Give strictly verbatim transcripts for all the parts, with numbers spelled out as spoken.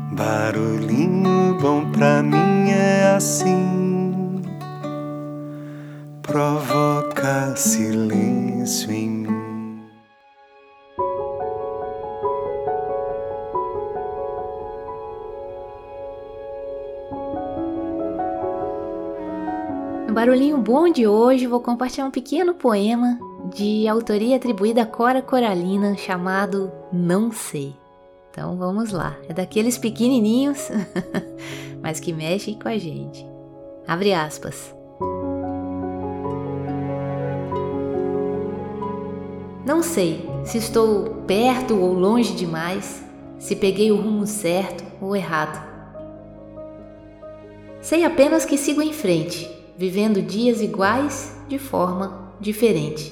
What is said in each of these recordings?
Barulhinho bom pra mim é assim, provoca silêncio em mim. No Barulhinho Bom de hoje vou compartilhar um pequeno poema de autoria atribuída a Cora Coralina chamado Não Sei. Então vamos lá, é daqueles pequenininhos, mas que mexem com a gente. Abre aspas. Não sei se estou perto ou longe demais, se peguei o rumo certo ou errado. Sei apenas que sigo em frente, vivendo dias iguais de forma diferente.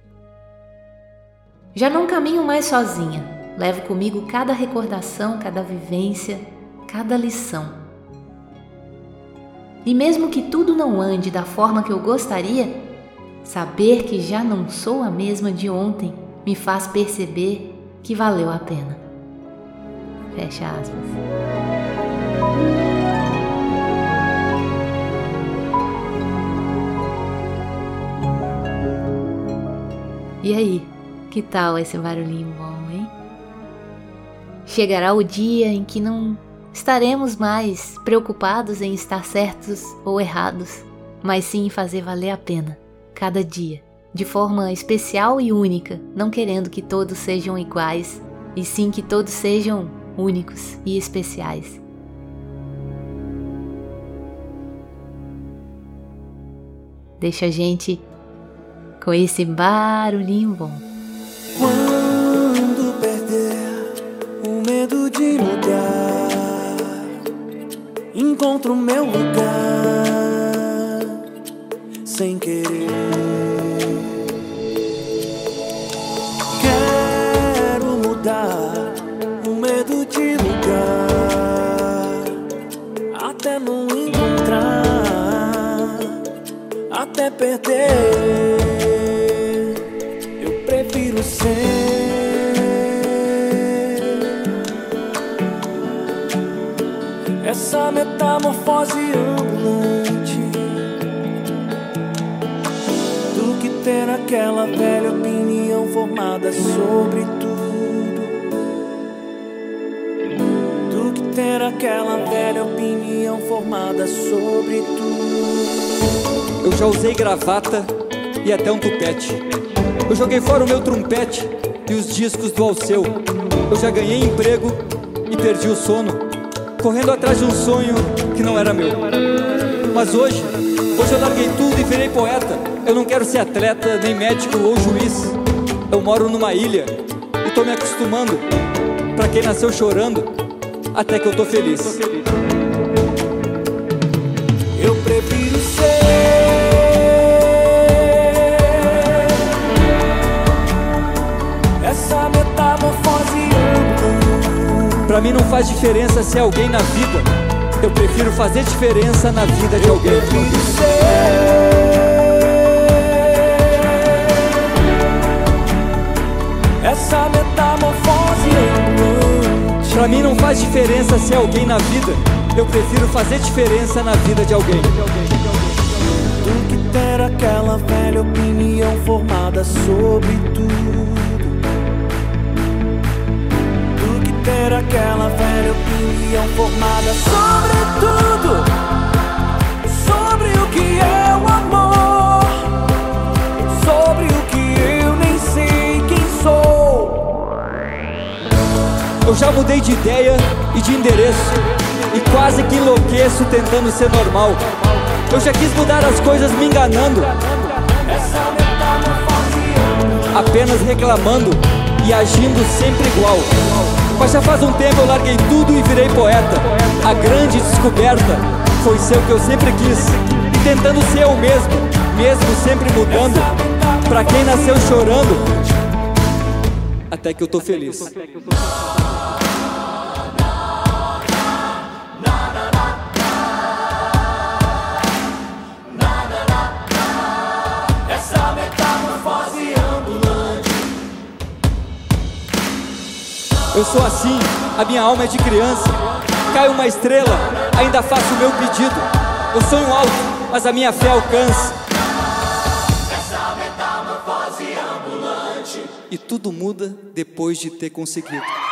Já não caminho mais sozinha. Levo comigo cada recordação, cada vivência, cada lição. E mesmo que tudo não ande da forma que eu gostaria, saber que já não sou a mesma de ontem me faz perceber que valeu a pena. Fecha aspas. E aí, que tal esse barulhinho bom, hein? Chegará o dia em que não estaremos mais preocupados em estar certos ou errados, mas sim em fazer valer a pena, cada dia, de forma especial e única, não querendo que todos sejam iguais, e sim que todos sejam únicos e especiais. Deixa a gente com esse barulhinho bom. Quando perder o medo de mudar, encontro meu lugar sem querer. Quero mudar o medo de lugar, até não encontrar, até perder. Eu prefiro ser essa metamorfose ambulante do que ter aquela velha opinião formada sobre tudo, do que ter aquela velha opinião formada sobre tudo. Eu já usei gravata e até um tupete. Eu joguei fora o meu trompete e os discos do Alceu. Eu já ganhei emprego e perdi o sono, correndo atrás de um sonho que não era meu. Mas hoje, hoje eu larguei tudo e virei poeta. Eu não quero ser atleta, nem médico ou juiz. Eu moro numa ilha e tô me acostumando. Pra quem nasceu chorando, até que eu tô feliz. Eu prefiro ser essa metamorfose ambulante. Pra mim não faz diferença ser alguém na vida. Eu prefiro fazer diferença na vida de alguém. Eu prefiro ser essa metamorfose ambulante. Pra mim não faz diferença ser alguém na vida. Eu prefiro fazer diferença na vida de alguém. Do que ter aquela velha opinião formada sobre tudo, do que ter aquela velha opinião formada sobre tudo, sobre o que é o amor, sobre o que eu nem sei quem sou. Eu já mudei de ideia e de endereço, e quase que enlouqueço tentando ser normal. Eu já quis mudar as coisas me enganando, apenas reclamando e agindo sempre igual. Mas já faz um tempo eu larguei tudo e virei poeta. A grande descoberta foi ser o que eu sempre quis, e tentando ser eu mesmo, mesmo sempre mudando. Pra quem nasceu chorando, até que eu tô feliz. Eu sou assim, a minha alma é de criança. cai uma estrela, ainda faço o meu pedido. Eu sonho alto, mas a minha fé alcança. Essa metamorfose ambulante. E tudo muda depois de ter conseguido.